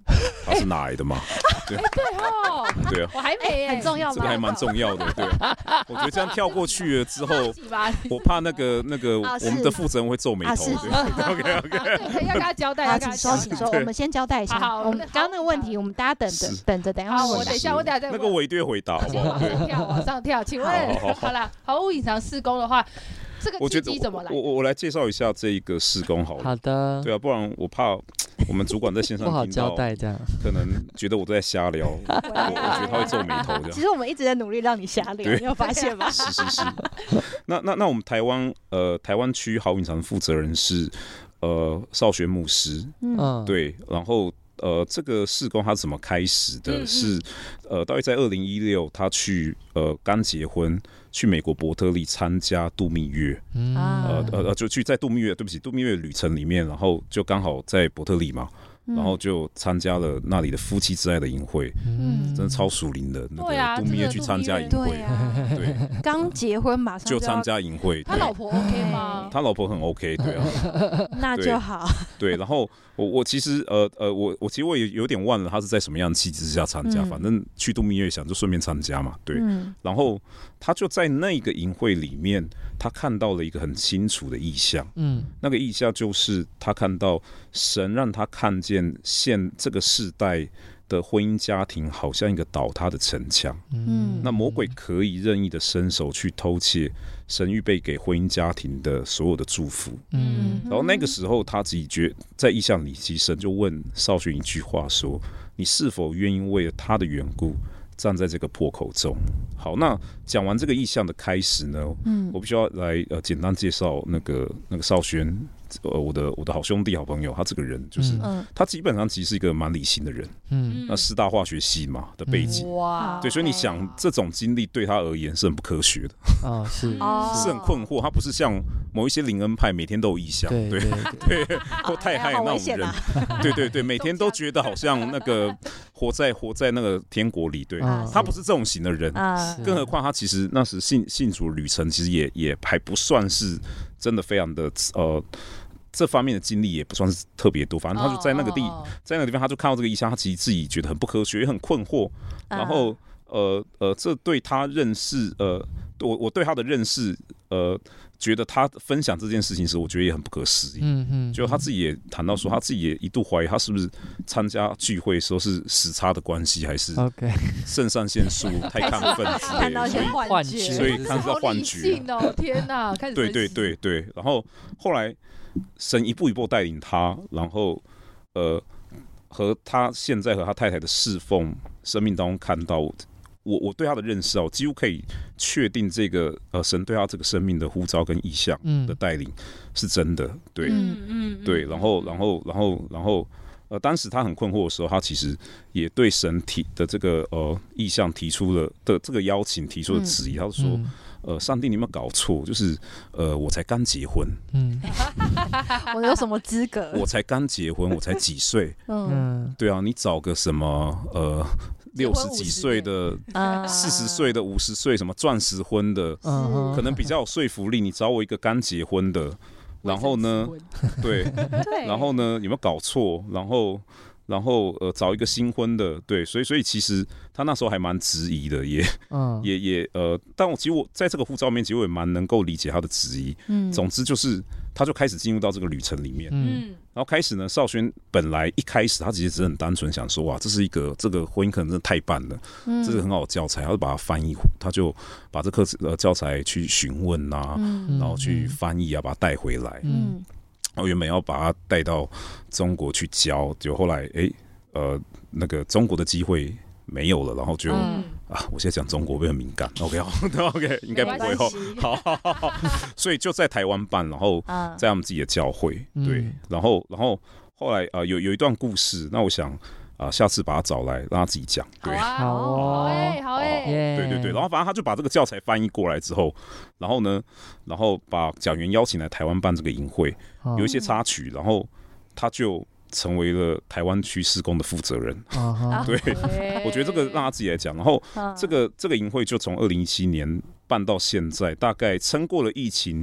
Speaker 1: 他是哪来的嘛？对
Speaker 2: 对哦，
Speaker 1: 对啊，
Speaker 2: 我还没
Speaker 3: 很重要，
Speaker 1: 这个还蛮重要的。对，我觉得这样跳过去了之后，我怕那个那个我们的负责人会皱眉头。OK OK，
Speaker 2: 要跟他交代，要跟他
Speaker 3: 说，请说，我们先交代一下。
Speaker 2: 好，
Speaker 3: 我们刚刚那个问题，我们大家等着等着，等一下
Speaker 2: 我等一下，我等一下再
Speaker 1: 那个我一定会回答。
Speaker 2: 往上跳，往上跳。请问，好了，毫无隐藏施工的话。这个契机怎么来？
Speaker 1: 我我我来介绍一下这一个施工好了。
Speaker 4: 好的。
Speaker 1: 对啊，不然我怕我们主管在线上听到，
Speaker 4: 不好交代这样，
Speaker 1: 可能觉得我在瞎聊，我我觉得他会皱眉头这样。
Speaker 3: 其实我们一直在努力让你瞎聊，你有发现吗？
Speaker 1: 是是是。那那那我们台湾呃台湾区好隐藏的负责人是呃少轩牧师，嗯，对，然后。呃，这个事工他怎么开始的？嗯嗯是呃，大约在二零一六，他去呃刚结婚，去美国伯特利参加度蜜月，嗯、呃呃呃，就去在度蜜月，对不起，度蜜月旅程里面，然后就刚好在伯特利嘛。然后就参加了那里的夫妻之爱的营会，嗯，真的超属灵的。那个度蜜月去参加营会，对，
Speaker 3: 刚结婚马上
Speaker 1: 就参加营会。
Speaker 2: 他老婆 OK 吗？
Speaker 1: 他老婆很 OK， 对啊，
Speaker 3: 那就好。
Speaker 1: 对，然后我我其实呃呃我我其实我也有点忘了他是在什么样的气质之下参加，反正去度蜜月想就顺便参加嘛，对。然后他就在那个营会里面，他看到了一个很清楚的意象，嗯，那个意象就是他看到神让他看见。现这个世代的婚姻家庭好像一个倒塌的城墙，嗯，那魔鬼可以任意的伸手去偷窃神预备给婚姻家庭的所有的祝福，嗯，然后那个时候他自己觉在意象里，其实神就问少轩一句话说：“你是否愿意为了他的缘故站在这个破口中？”好，那讲完这个意象的开始呢，嗯，我必须要来呃简单介绍那个那个少轩。呃，我的我的好兄弟、好朋友，他这个人就是，嗯、他基本上其实是一个蛮理性的人，嗯，那师大化学系嘛的背景，哇、嗯，对，所以你想这种经历对他而言是很不科学的，啊，是，是很困惑，他不是像某一些灵恩派每天都有异象，对对 对, 对，或太害那种人，对对对，每天都觉得好像那个活在活在那个天国里，对，啊、他不是这种型的人，啊、更何况他其实那时信信主旅程其实也也还不算是真的非常的呃。这方面的经历也不算是特别多，反正他就在那个地， oh, oh, oh. 在那个地方，他就看到这个意象，他其实自己觉得很不科学，也很困惑。然后，呃呃，这对他认识，呃，我我对他的认识，呃，觉得他分享这件事情时，我觉得也很不可思议。嗯嗯，就他自己也谈到说，他自己也一度怀疑他是不是参加聚会时候是时差的关系，还是肾上腺素太亢奋之类的，所以
Speaker 2: 幻觉，
Speaker 1: 所以看到幻觉。
Speaker 2: 哦，天哪！开始
Speaker 1: 对对对对，然后后来。神一步一步带领他，然后呃，和他现在和他太太的侍奉生命当中看到我，我对他的认识啊，我几乎可以确定这个呃神对他这个生命的呼召跟意象的带领是真的，对，嗯嗯，对，然后然后然后然后呃，当时他很困惑的时候，他其实也对神提的这个呃意象提出了的这个邀请提出了质疑，他说。嗯呃，上帝，你有没有搞错？就是，呃，我才刚结婚，嗯，
Speaker 3: 我有什么资格？
Speaker 1: 我才刚结婚，我才几岁，嗯，对啊，你找个什么呃六十几岁的、四十岁的、五十岁什么钻石婚的，可能比较有说服力。你找我一个刚结婚的，然后呢，对，然后呢，有没有搞错？然后。然后呃找一个新婚的，对，所以所以其实他那时候还蛮质疑的，也、嗯、也也呃，但我其实我在这个护照面，其实我也蛮能够理解他的质疑。嗯，总之就是他就开始进入到这个旅程里面。嗯，然后开始呢，少轩本来一开始他其实只是很单纯想说，哇，这是一个这个婚姻可能真的太棒了，嗯、这是很好的教材，他就把它翻译，他就把这课呃教材去询问啊，嗯、然后去翻译啊，把它带回来。嗯。然后原本要把他带到中国去教，就后来哎呃那个中国的机会没有了，然后就、嗯、啊，我现在讲中国会很敏感 ，OK 好 ，OK 应该不会哦，好好好好，所以就在台湾办，然后在他们自己的教会，嗯、对，然后然后后来啊、呃、有有一段故事，那我想。啊，下次把他找来，让他自己讲。对，
Speaker 2: 好哦，好哎，好哎，
Speaker 1: 对对对。然后反正他就把这个教材翻译过来之后，然后呢，然后把讲员邀请来台湾办这个营会，有一些插曲，然后他就成为了台湾区施工的负责人。对，我觉得这个让他自己来讲。然后这个这个营会就从二零一七年办到现在，大概撑过了疫情。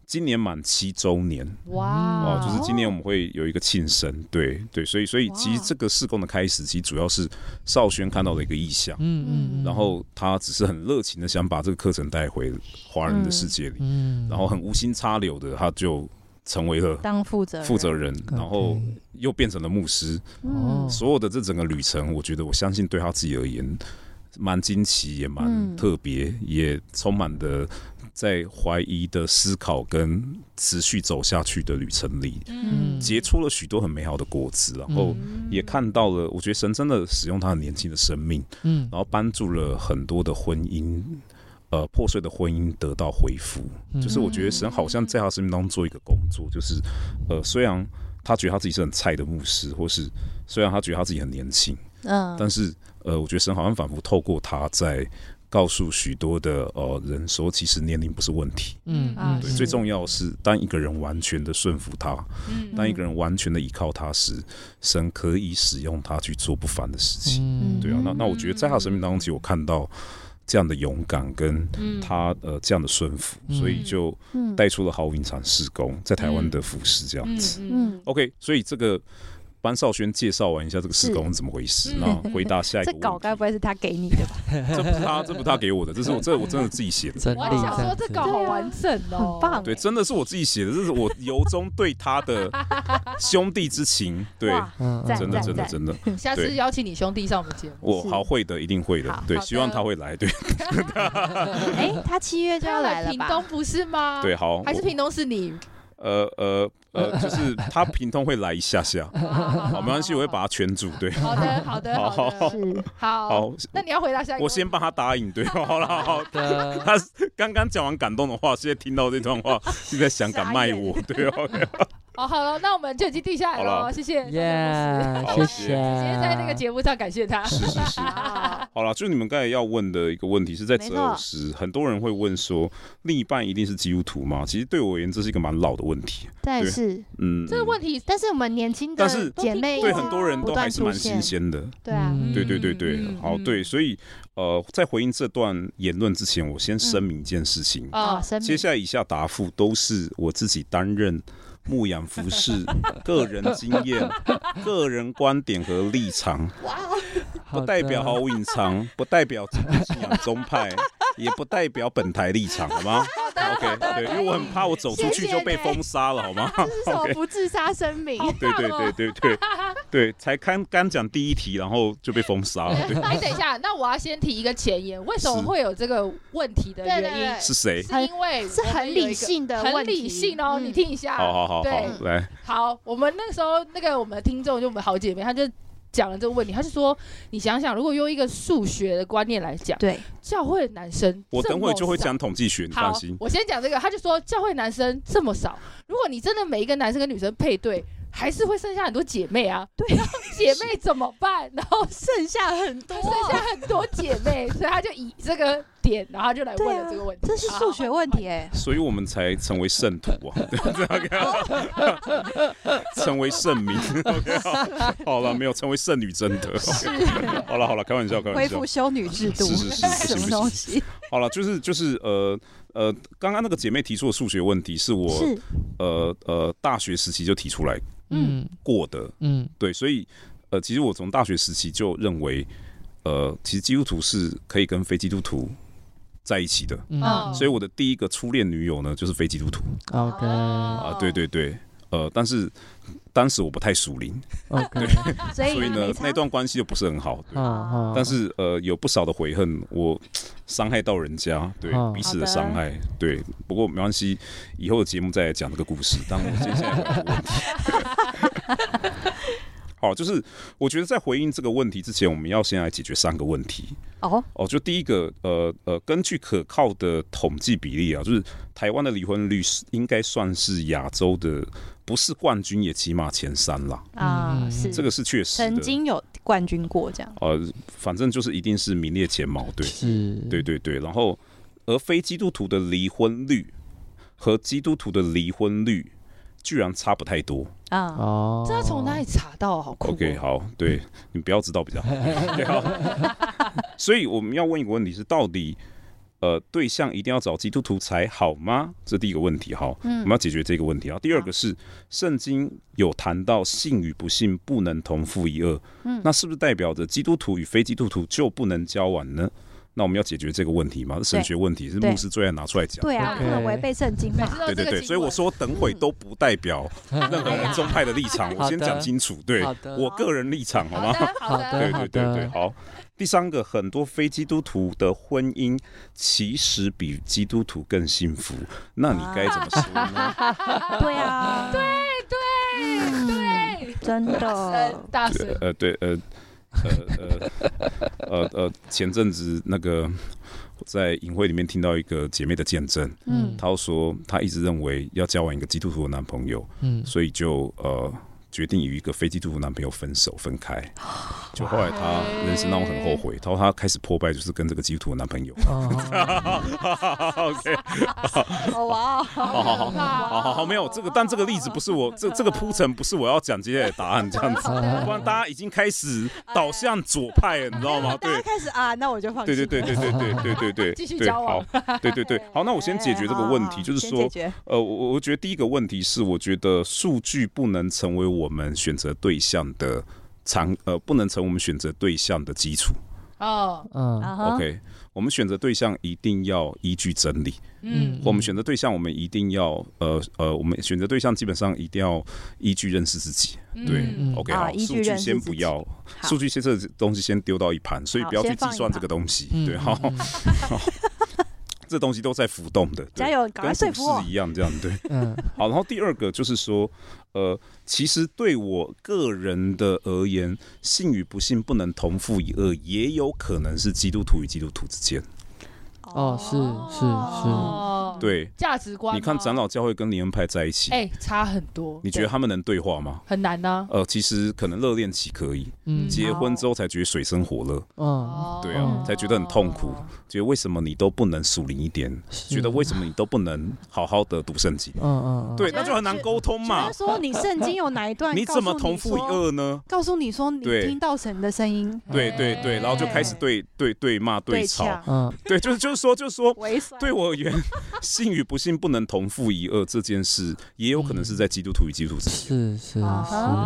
Speaker 1: 今年满七周年，
Speaker 2: 哇、
Speaker 1: 哦，就是今年我们会有一个庆生，对对，所以所以其实这个事工的开始，其实主要是少轩看到的一个意向，嗯嗯，然后他只是很热情的想把这个课程带回华人的世界里，嗯，然后很无心插柳的，他就成为了
Speaker 3: 当负责人，
Speaker 1: 负责人，然后又变成了牧师，嗯，所有的这整个旅程，我觉得我相信对他自己而言，蛮惊奇，也蛮特别，嗯、也充满的。在怀疑的思考跟持续走下去的旅程里，嗯，结出了许多很美好的果子，然后也看到了，我觉得神真的使用他的年轻的生命，嗯，然后帮助了很多的婚姻，呃，破碎的婚姻得到恢复。嗯、就是我觉得神好像在他生命当中做一个工作，就是呃，虽然他觉得他自己是很菜的牧师，或是虽然他觉得他自己很年轻，嗯，但是呃，我觉得神好像反复透过他在。告诉许多的呃人说，其实年龄不是问题。嗯嗯，对，最重要的是当一个人完全的顺服他，嗯，当一个人完全的依靠他时，神可以使用他去做不凡的事情。嗯，对啊，那那我觉得在他生命当中，其实我看到这样的勇敢跟他呃这样的顺服，嗯、所以就带出了好隐藏事工在台湾的服事这样子。嗯嗯 ，OK， 所以这个。班少轩介绍完一下这个事工是怎么回事，那回答下一个问题。
Speaker 3: 这稿该不会是他给你的吧？
Speaker 1: 这不是他，这不是他给我的，这是我这我真的自己写的。
Speaker 2: 我还想说这稿好完整哦，
Speaker 3: 很棒。
Speaker 1: 对，真的是我自己写的，这是我由衷对他的兄弟之情。对，真的真的真的。
Speaker 2: 下次邀请你兄弟上我们节目，
Speaker 1: 我好会的，一定会的。对，希望他会来。对。
Speaker 3: 哎，他七月就要来了吧？
Speaker 2: 屏东不是吗？
Speaker 1: 对，好。
Speaker 2: 还是屏东是你？
Speaker 1: 呃呃呃，就是他屏东会来一下下，好，没关系，我会把他圈住，对。
Speaker 2: 好的，好的，好的，是好。好，那你要回答下一个，
Speaker 1: 我先帮他答应，对，好了，好的。他刚刚讲完感动的话，现在听到这段话，就在想敢卖我，对 ，OK。
Speaker 2: 哦，好了，那我们就已经定下来了，谢谢，
Speaker 4: 耶，谢谢。今
Speaker 2: 天在那个节目上感谢他，
Speaker 1: 是是是。好了，就你们刚才要问的一个问题是在择偶时，很多人会问说，另一半一定是基督徒吗？其实对我而言，这是一个蛮老的问题。
Speaker 3: 对，是，
Speaker 2: 嗯，这个问题，
Speaker 3: 但是我们年轻的姐妹
Speaker 1: 对很多人都还是蛮新鲜的。
Speaker 3: 对啊，
Speaker 1: 对对对对，好，对，所以呃，在回应这段言论之前，我先声明一件事情啊，接下来以下答复都是我自己担任。牧养服事，个人经验、个人观点和立场，不代表毫无隐藏，不代表基督信仰宗派，也不代表本台立场，好吗 ？OK， 对，因为我很怕我走出去就被封杀了，好吗？
Speaker 3: 这是什么不自杀声明？
Speaker 1: 对对对对对对，才刚刚讲第一题，然后就被封杀了。
Speaker 2: 哎，等一下，那我要先提一个前言，为什么会有这个问题的原因？
Speaker 1: 是谁？
Speaker 2: 是因为
Speaker 3: 是很理性的问题，
Speaker 2: 很理性哦，你听一下。
Speaker 1: 好好好。
Speaker 2: 对，
Speaker 1: 好来，
Speaker 2: 好，我们那时候那个我们的听众就我们好姐妹，她就讲了这个问题，她是说，你想想，如果用一个数学的观念来讲，
Speaker 3: 对，
Speaker 2: 教会的男生，
Speaker 1: 我等会就会讲统计学，你放心。
Speaker 2: 我先讲这个，他就说教会男生这么少，如果你真的每一个男生跟女生配对。还是会剩下很多姐妹啊，
Speaker 3: 对，
Speaker 2: 姐妹怎么办？然后
Speaker 3: 剩下很多，
Speaker 2: 剩下很多姐妹，所以他就以这个点，然后就来问了这个问题。
Speaker 3: 这是数学问题哎，
Speaker 1: 所以我们才成为圣徒啊，成为圣民。好了，没有成为圣女贞德。好了好了，开玩笑，开玩笑。
Speaker 3: 恢复修女制度，
Speaker 1: 是是是，
Speaker 3: 什么东西？
Speaker 1: 好了，就是就是呃。呃，刚刚那个姐妹提出的数学问题是我是呃呃大学时期就提出来嗯过的嗯对，所以呃其实我从大学时期就认为呃其实基督徒是可以跟非基督徒在一起的，嗯，所以我的第一个初恋女友呢就是非基督徒。
Speaker 4: OK
Speaker 1: 啊、呃，对对对，呃，但是当时我不太属灵，
Speaker 4: okay.
Speaker 1: 对，所以呢那段关系就不是很好，对，哦，但是呃有不少的悔恨，我伤害到人家，对，哦，彼此的伤害，对，不过没关系，以后的节目再来讲这个故事。当我接下来有问题。好，就是我觉得在回应这个问题之前，我们要先来解决三个问题。哦哦，就第一个，呃呃，根据可靠的统计比例啊，就是台湾的离婚率应该算是亚洲的，不是冠军也起码前三啦。啊，嗯，是这个是确实的，
Speaker 3: 曾经有冠军过这样。
Speaker 1: 呃，反正就是一定是名列前茅，对，
Speaker 4: 是，
Speaker 1: 对对对。然后，而非基督徒的离婚率和基督徒的离婚率居然差不太多
Speaker 2: 啊！哦，这要从哪里查到？好酷，哦。
Speaker 1: OK， 好，对你不要知道比较好。所以我们要问一个问题是，到底呃，对象一定要找基督徒才好吗？这第一个问题，好，嗯、我们要解决这个问题。第二个是，圣经有谈到信与不信不能同父一轭，嗯、那是不是代表着基督徒与非基督徒就不能交往呢？那我们要解决这个问题嘛？是神学问题，是牧师最爱拿出来讲。
Speaker 3: 对啊，不能违背圣经嘛。
Speaker 1: 对对对，所以我说等会都不代表任何人宗派的立场，我先讲清楚。对，我个人立场，好吗？
Speaker 2: 好的，
Speaker 1: 对对对对，好。第三个，很多非基督徒的婚姻其实比基督徒更幸福，那你该怎么说呢？
Speaker 3: 对啊，
Speaker 2: 对对对，
Speaker 3: 真的，
Speaker 2: 大神，
Speaker 1: 呃对呃。呃呃呃呃，前阵子那个我在营会里面听到一个姐妹的见证，嗯，她说她一直认为要交往一个基督徒的男朋友，嗯，所以就呃决定与一个非基督徒男朋友分手分开，就后来她人生让我很后悔，她说她开始破败就是跟这个基督徒的男朋友。OK，
Speaker 3: 哇，
Speaker 1: 好好好好好好，没有这个，但这个例子不是我这这个铺陈不是我要讲接下来的答案这样子，不然大家已经开始导向左派了，你知道吗？对，
Speaker 3: 大家开始啊，那我就放弃。
Speaker 1: 对对对对对对对对对，
Speaker 2: 继续交往。
Speaker 1: 好，对对对，好，那我先解决这个问题，就是说，呃，我我觉得第一个问题是，我觉得数据不能成为我们选择对象的常呃，不能成为我们选择对象的基础。哦，嗯 ，OK， 我们选择对象一定要依据真理，嗯，我们选择对象，我们一定要呃呃，我们选择对象基本上一定要依据认识自己，对、嗯、，OK， 好，数据先不要，数据先这东西先丢到一盘，所以不要去计算这个东西，对，好。好这东西都在浮动的，
Speaker 3: 加油，赶快说服我，
Speaker 1: 跟股市一样这样，对，嗯，好，然后第二个就是说，呃，其实对我个人的而言，信与不信不能同父一轭，也有可能是基督徒与基督徒之间。
Speaker 4: 哦，是是是，
Speaker 1: 对，
Speaker 2: 价值观。
Speaker 1: 你看长老教会跟灵恩派在一起，
Speaker 2: 哎、欸，差很多。
Speaker 1: 你觉得他们能对话吗？
Speaker 2: 很难呢、啊。
Speaker 1: 呃，其实可能热恋期可以，嗯，结婚之后才觉得水深火热，嗯，对啊，才觉得很痛苦，觉得为什么你都不能属灵一点？觉得为什么你都不能好好的读圣经？嗯嗯，对，那就很难沟通嘛。
Speaker 3: 说你圣经有哪一段？
Speaker 1: 你怎么同父一轭呢？
Speaker 3: 告诉你说你听到神的声音，
Speaker 1: 对对对，然后就开始对对对骂对吵，嗯，对，就是就是说就是说，对我而言，信与不信不能同父一轭这件事，也有可能是在基督徒与基督徒之间。
Speaker 4: 是是是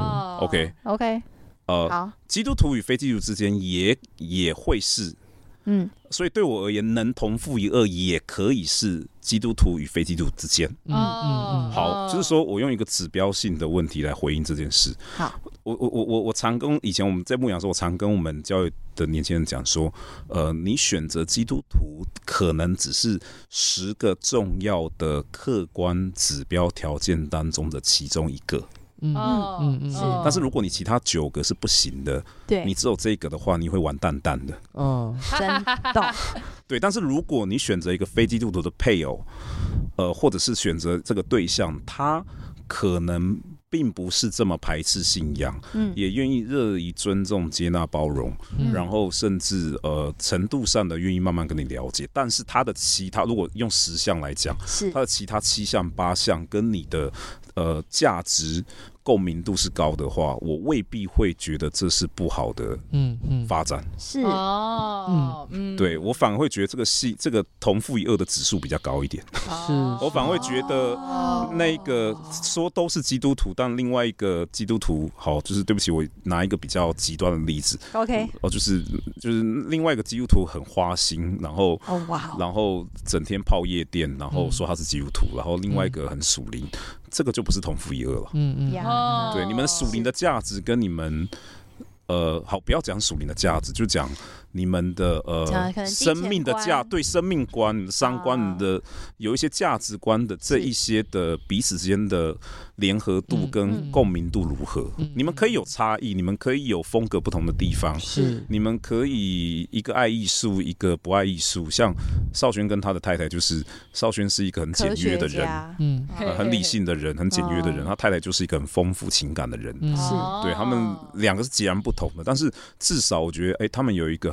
Speaker 1: ，OK
Speaker 3: OK，
Speaker 1: 呃，好，基督徒与非基督徒之间也也会是。嗯，所以对我而言，能同父一轭也可以是基督徒与非基督徒之间。嗯嗯嗯，好，就是说我用一个指标性的问题来回应这件事。好，我我我我我常跟以前我们在牧养的时候，我常跟我们教育的年轻人讲说，呃，你选择基督徒可能只是十个重要的客观指标条件当中的其中一个。嗯嗯嗯，是。但是如果你其他九个是不行的，对，你只有这个的话，你会完蛋蛋的。哦，
Speaker 3: 真的。
Speaker 1: 对，但是如果你选择一个非基督徒的配偶，呃，或者是选择这个对象，他可能并不是这么排斥信仰，嗯，也愿意乐意尊重、接纳、包容，嗯，然后甚至呃程度上的愿意慢慢跟你了解。但是他的其他，如果用十项来讲，是他的其他七项、八项跟你的呃价值共鸣度是高的话，我未必会觉得这是不好的发展。嗯嗯、
Speaker 3: 是
Speaker 1: 哦，嗯，对我反而会觉得这个系这个同父一轭的指数比较高一点。
Speaker 4: 是，
Speaker 1: 我反而会觉得那个说都是基督徒，但另外一个基督徒，好，就是对不起，我拿一个比较极端的例子。
Speaker 3: OK，
Speaker 1: 哦，就是就是另外一个基督徒很花心，然后哦哇， wow 然后整天泡夜店，然后说他是基督徒，嗯、然后另外一个很属灵。这个就不是同父一轭了。嗯嗯，对，你们属灵的价值跟你们，呃，好，不要讲属灵的价值，就讲你们的呃生命的价，对生命观、你的三观、你的有一些价值观的这一些的彼此之间的联合度跟共鸣度如何？嗯嗯、你们可以有差异，你们可以有风格不同的地方，是你们可以一个爱艺术，一个不爱艺术。像少轩跟他的太太，就是少轩是一个很简约的人，嗯、呃，很理性的人，很简约的人，他太太就是一个很丰富情感的人，是对他们两个是截然不同的，但是至少我觉得，哎、欸，他们有一个很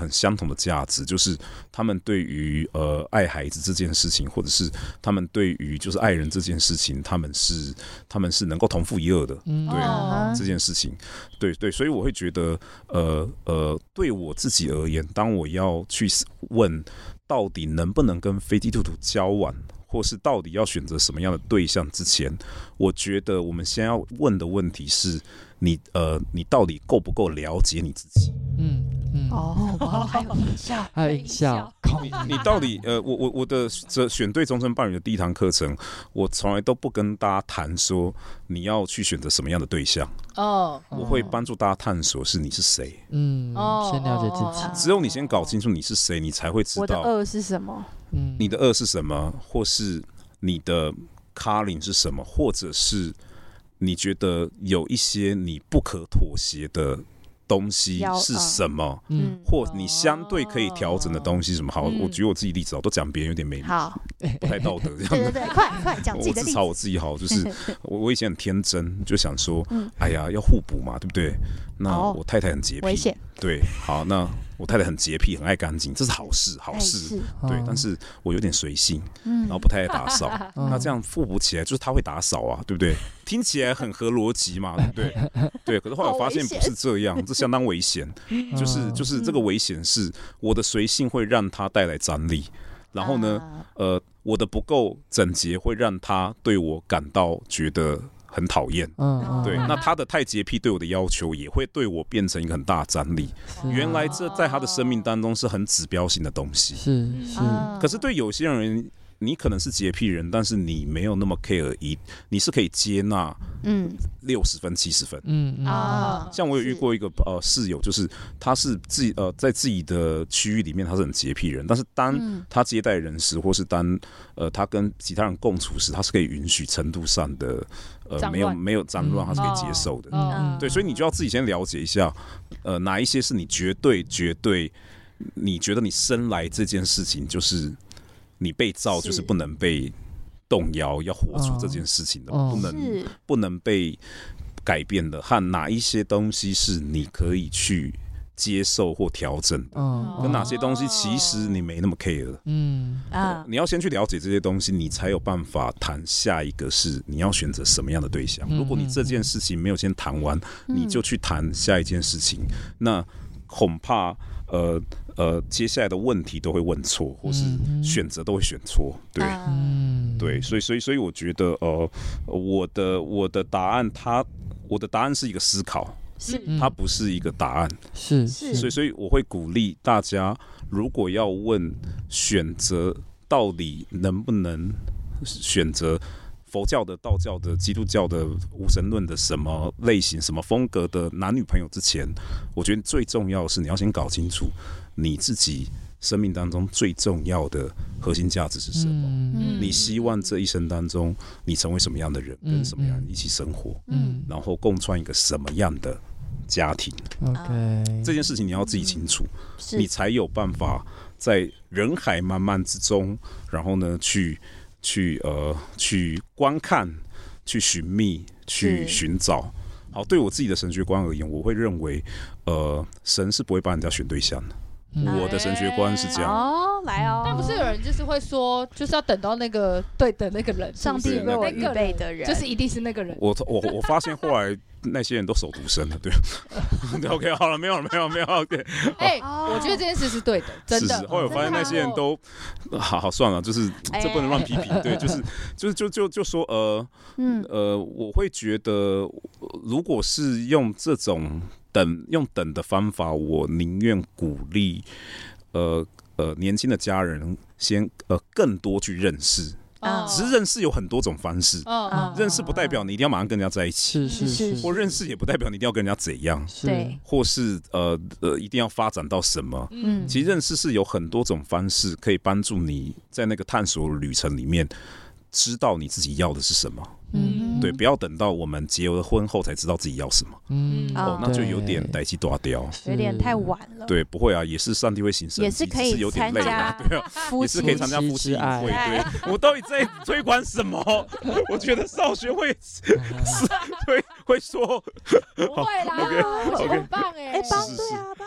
Speaker 1: 很相同的价值，就是他们对于呃爱孩子这件事情，或者是他们对于就是爱人这件事情，他们是他们是能够同负一二的，嗯、对、哦、这件事情，对对，所以我会觉得，呃呃，对我自己而言，当我要去问到底能不能跟飞机兔兔交往，或是到底要选择什么样的对象之前，我觉得我们先要问的问题是你呃，你到底够不够了解你自己？嗯
Speaker 3: 嗯，哦，哇，还有音效，
Speaker 4: 还有音效。
Speaker 1: 你你到底呃，我我我的这选对终身伴侣的第一堂课程，我从来都不跟大家谈说你要去选择什么样的对象哦，我会帮助大家探索是你是谁，嗯，
Speaker 4: 先了解自己。
Speaker 1: 只有你先搞清楚你是谁，你才会知道
Speaker 3: 我的恶是什么，
Speaker 1: 嗯，你的恶是什么，或是你的 calling 是什么，或者是你觉得有一些你不可妥协的东西是什么？嗯，或你相对可以调整的东西是什么？好，嗯、我举我自己例子，我都讲别人有点没好，不太道德这样子。
Speaker 3: 对对对，快快讲自己的例子。
Speaker 1: 我自嘲我自己好，就是我我以前很天真，就想说，嗯、哎呀，要互补嘛，对不对？那我太太很洁癖，
Speaker 3: 危险。
Speaker 1: 对，好，那我太太很洁癖，很爱干净，这是好事，好事。对，但是我有点随性，嗯、然后不太爱打扫，嗯、那这样互补起来，就是他会打扫啊，对不对？听起来很合逻辑嘛，对不对？对，可是后来我发现不是这样，这相当危险。就是就是这个危险是我的随性会让他带来张力，然后呢，呃，我的不够整洁会让他对我感到觉得很讨厌。嗯，对，那他的太洁癖对我的要求也会对我变成一个很大的张力。原来这在他的生命当中是很指标性的东西。是是，可是对有些人。你可能是洁癖人，但是你没有那么 care 一，你是可以接纳，嗯，六十分、七十分，嗯啊，像我有遇过一个呃室友，就是他是自己呃在自己的区域里面他是很洁癖人，但是当他接待人时，或是当呃他跟其他人共处时，他是可以允许程度上的呃没有没有脏乱，他是可以接受的，嗯，对，所以你就要自己先了解一下，呃哪一些是你绝对绝对，你觉得你生来这件事情就是。你被造就是不能被动摇，要活出这件事情的，哦、不能不能被改变的，和哪一些东西是你可以去接受或调整的，哦、跟哪些东西其实你没那么 care 的，嗯啊，你要先去了解这些东西，你才有办法谈下一个是你要选择什么样的对象。嗯、如果你这件事情没有先谈完，嗯、你就去谈下一件事情，那恐怕呃。呃，接下来的问题都会问错，或是选择都会选错，对，嗯、对，所以，所以，所以，我觉得，呃，我的我的答案，它，我的答案是一个思考，是，它不是一个答案，是，是，所以，所以我会鼓励大家，如果要问选择到底能不能选择佛教的、道教的、基督教的、无神论的什么类型、什么风格的男女朋友之前，我觉得最重要的是你要先搞清楚。你自己生命当中最重要的核心价值是什么？嗯、你希望这一生当中你成为什么样的人，嗯、跟什么样的人一起生活，嗯、然后共创一个什么样的家庭？ OK， 这件事情你要自己清楚，嗯、你才有办法在人海茫茫之中，然后呢，去去呃去观看、去寻觅、去寻找。好，对我自己的神学观而言，我会认为，呃，神是不会帮人家选对象的。我的神学观是这样
Speaker 3: 哦，来哦，
Speaker 2: 但不是有人就是会说，就是要等到那个对的那个人，
Speaker 3: 上帝为我预备的人，
Speaker 2: 就是一定是那个人。
Speaker 1: 我我我发现后来那些人都手独身了，对。OK， 好了，没有了，没有没有 ，OK。
Speaker 2: 哎，我觉得这件事是对的，真的。
Speaker 1: 是是后来我发现那些人都，好好算了，就是这不能乱批评，对，就是就是就就就说呃，嗯呃，我会觉得，如果是用这种。等用等的方法，我宁愿鼓励，呃呃，年轻的家人先呃更多去认识。Oh. 只是认识有很多种方式， oh. Oh. 认识不代表你一定要马上跟人家在一起，是是是，或认识也不代表你一定要跟人家怎样，对，或是呃呃一定要发展到什么。嗯，其实认识是有很多种方式可以帮助你在那个探索旅程里面知道你自己要的是什么。嗯，对，不要等到我们结了婚后才知道自己要什么。嗯，哦，那就有点代际大掉，
Speaker 3: 有点太晚了。
Speaker 1: 对，不会啊，也是上帝会行神迹，
Speaker 3: 也是可以参加，
Speaker 1: 对啊，也是可以参加夫妻营会。对，我到底在推广什么？我觉得少学会会会说，
Speaker 2: 不会啦，我觉得很棒哎，
Speaker 3: 哎，帮对啊，帮